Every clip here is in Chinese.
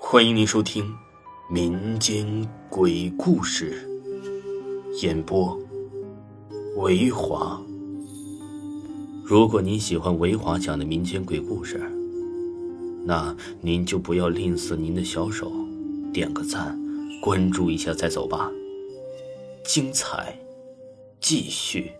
欢迎您收听民间鬼故事，演播维华。如果您喜欢维华讲的民间鬼故事，那您就不要吝啬您的小手，点个赞，关注一下再走吧。精彩继续。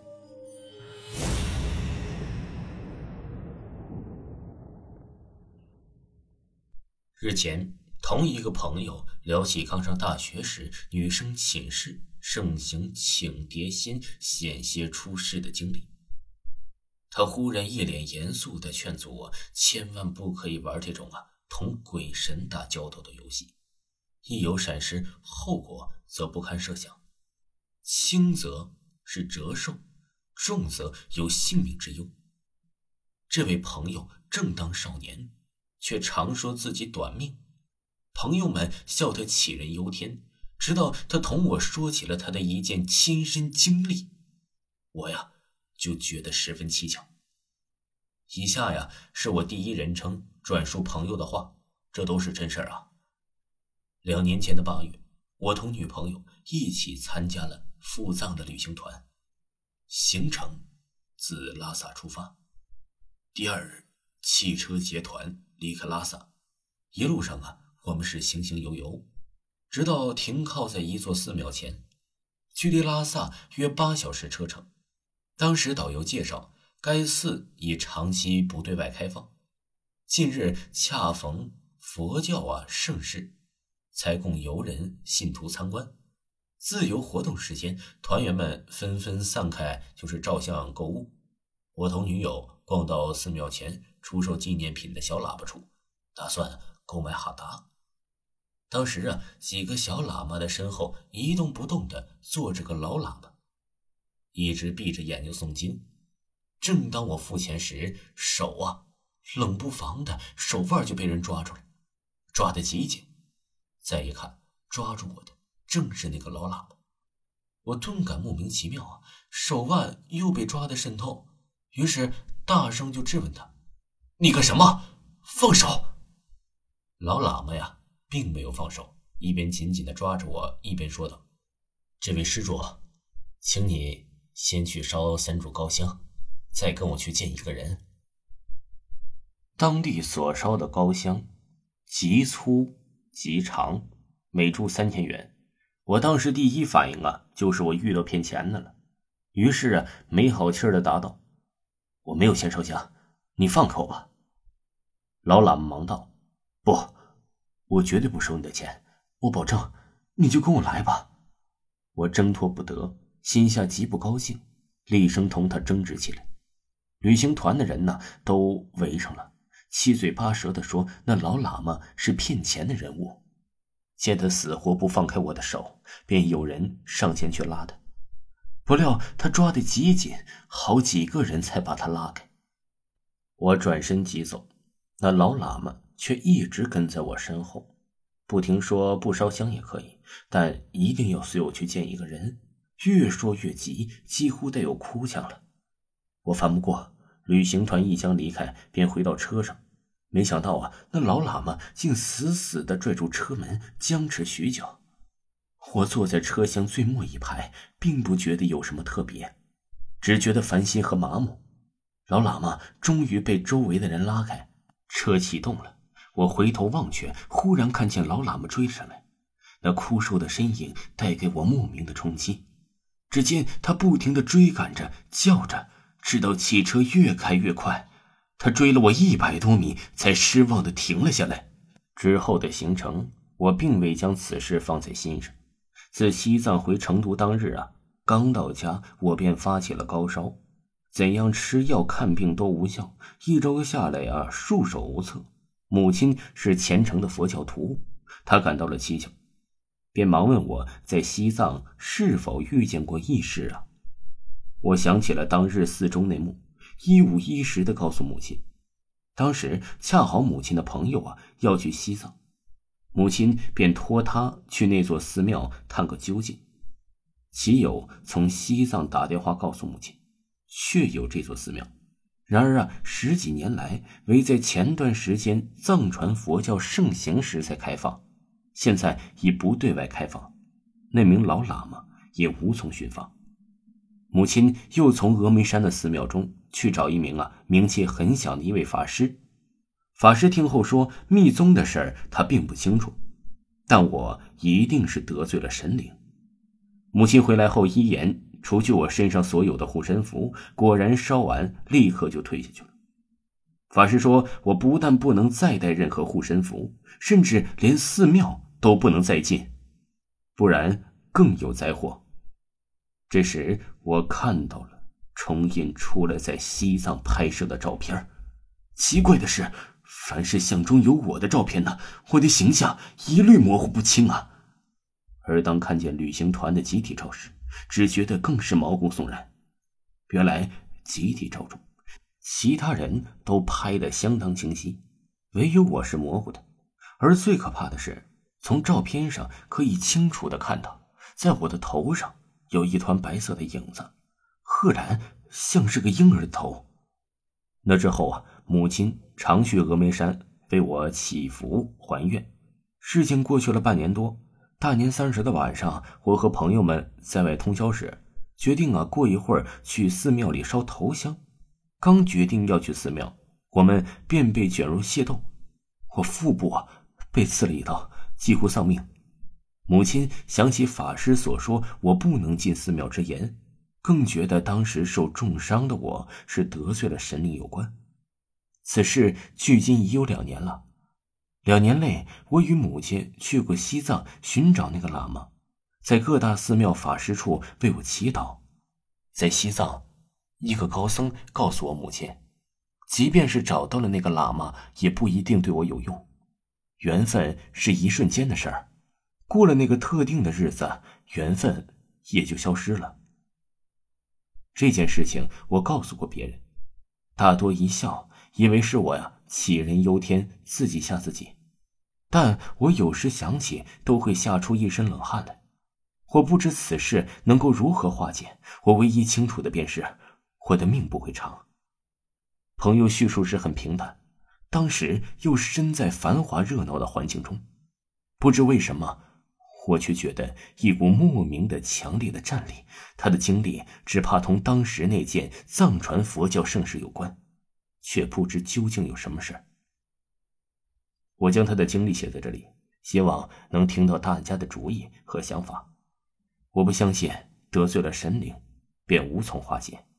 日前，同一个朋友聊起刚上大学时女生寝室盛行请碟仙险些出事的经历。他忽然一脸严肃地劝阻我千万不可以玩这种同鬼神打交道的游戏，一有闪失，后果则不堪设想，轻则是折寿，重则有性命之忧。这位朋友正当少年，却常说自己短命，朋友们笑他杞人忧天，直到他同我说起了他的一件亲身经历，我就觉得十分蹊跷。以下是我第一人称转述朋友的话，这都是真事儿。2年前的8月，我同女朋友一起参加了赴藏的旅行团，行程自拉萨出发，第2日汽车结团离开拉萨，一路上我们是行行游游，直到停靠在一座寺庙前，距离拉萨约8小时车程。当时导游介绍，该寺已长期不对外开放，近日恰逢佛教盛世，才供游人信徒参观。自由活动时间，团员们纷纷散开，就是照相购物。我同女友逛到寺庙前出售纪念品的小喇叭处，打算购买哈达。当时几个小喇嘛的身后一动不动地坐着个老喇嘛，一直闭着眼睛诵经。正当我付钱时，手冷不防的手腕就被人抓住了，抓得极紧。再一看，抓住我的正是那个老喇嘛。我顿感莫名其妙，手腕又被抓得渗透，于是大声就质问他：“你干什么？放手！”老喇嘛并没有放手，一边紧紧地抓着我，一边说道：“这位施主，请你先去烧3炷高香，再跟我去见一个人。”当地所烧的高香极粗极长，每炷3000元。我当时第一反应就是我遇到骗钱的了，于是没好气地答道：“我没有钱烧香，你放开我吧。”老喇嘛忙道：“不，我绝对不收你的钱，我保证，你就跟我来吧。”我挣脱不得，心下极不高兴，厉声同他争执起来。旅行团的人都围上了，七嘴八舌地说那老喇嘛是骗钱的人物。见他死活不放开我的手，便有人上前去拉他，不料他抓得极紧，好几个人才把他拉开。我转身即走，那老喇嘛却一直跟在我身后，不停说不烧香也可以，但一定要随我去见一个人，越说越急，几乎带有哭腔了。我烦不过，旅行团一将离开，便回到车上。没想到那老喇嘛竟死死地拽住车门，僵持许久。我坐在车厢最末一排，并不觉得有什么特别，只觉得烦心和麻木。老喇嘛终于被周围的人拉开，车启动了。我回头望去，忽然看见老喇嘛追上来，那枯瘦的身影带给我莫名的冲击。只见他不停地追赶着，叫着，直到汽车越开越快。他追了我100多米，才失望地停了下来。之后的行程，我并未将此事放在心上。自西藏回成都当日刚到家，我便发起了高烧，怎样吃药看病都无效，1周下来束手无策。母亲是虔诚的佛教徒，她感到了蹊跷，便忙问我在西藏是否遇见过异事。我想起了当日4周内幕，一五一十地告诉母亲。当时恰好母亲的朋友要去西藏，母亲便托他去那座寺庙探个究竟。其友从西藏打电话告诉母亲，确有这座寺庙， 然而十几年来，唯在前段时间藏传佛教盛行时才开放，现在已不对外开放，那名老喇嘛也无从寻访。母亲又从峨眉山的寺庙中去找一名名气很响的一位法师。法师听后说，密宗的事他并不清楚，但我一定是得罪了神灵。母亲回来后依言，除去我身上所有的护身符，果然烧完立刻就退下去了。法师说，我不但不能再带任何护身符，甚至连寺庙都不能再进，不然更有灾祸。这时我看到了重印出来在西藏拍摄的照片。奇怪的是，凡是相中有我的照片呢，我的形象一律模糊不清啊。而当看见旅行团的集体照时，只觉得更是毛骨悚然。原来集体照中，其他人都拍得相当清晰，唯有我是模糊的。而最可怕的是，从照片上可以清楚地看到，在我的头上有一团白色的影子，赫然像是个婴儿的头。那之后母亲常去峨眉山为我祈福还愿。事情过去了半年多，大年30的晚上，我和朋友们在外通宵时，决定过一会儿去寺庙里烧头香。刚决定要去寺庙，我们便被卷入械斗，我腹部被刺了一刀，几乎丧命。母亲想起法师所说我不能进寺庙之言，更觉得当时受重伤的我是得罪了神灵有关。此事距今已有2年了。2年内，我与母亲去过西藏寻找那个喇嘛，在各大寺庙法师处为我祈祷。在西藏，一个高僧告诉我母亲，即便是找到了那个喇嘛，也不一定对我有用。缘分是一瞬间的事儿，过了那个特定的日子，缘分也就消失了。这件事情我告诉过别人，大多一笑，以为是我杞人忧天，自己吓自己。但我有时想起都会吓出一身冷汗来。我不知此事能够如何化解，我唯一清楚的便是我的命不会长。朋友叙述时很平淡，当时又身在繁华热闹的环境中，不知为什么我却觉得一股莫名的强烈的战力，他的经历只怕同当时那件藏传佛教盛事有关，却不知究竟有什么事。我将他的经历写在这里，希望能听到大家的主意和想法。我不相信得罪了神灵便无从化解。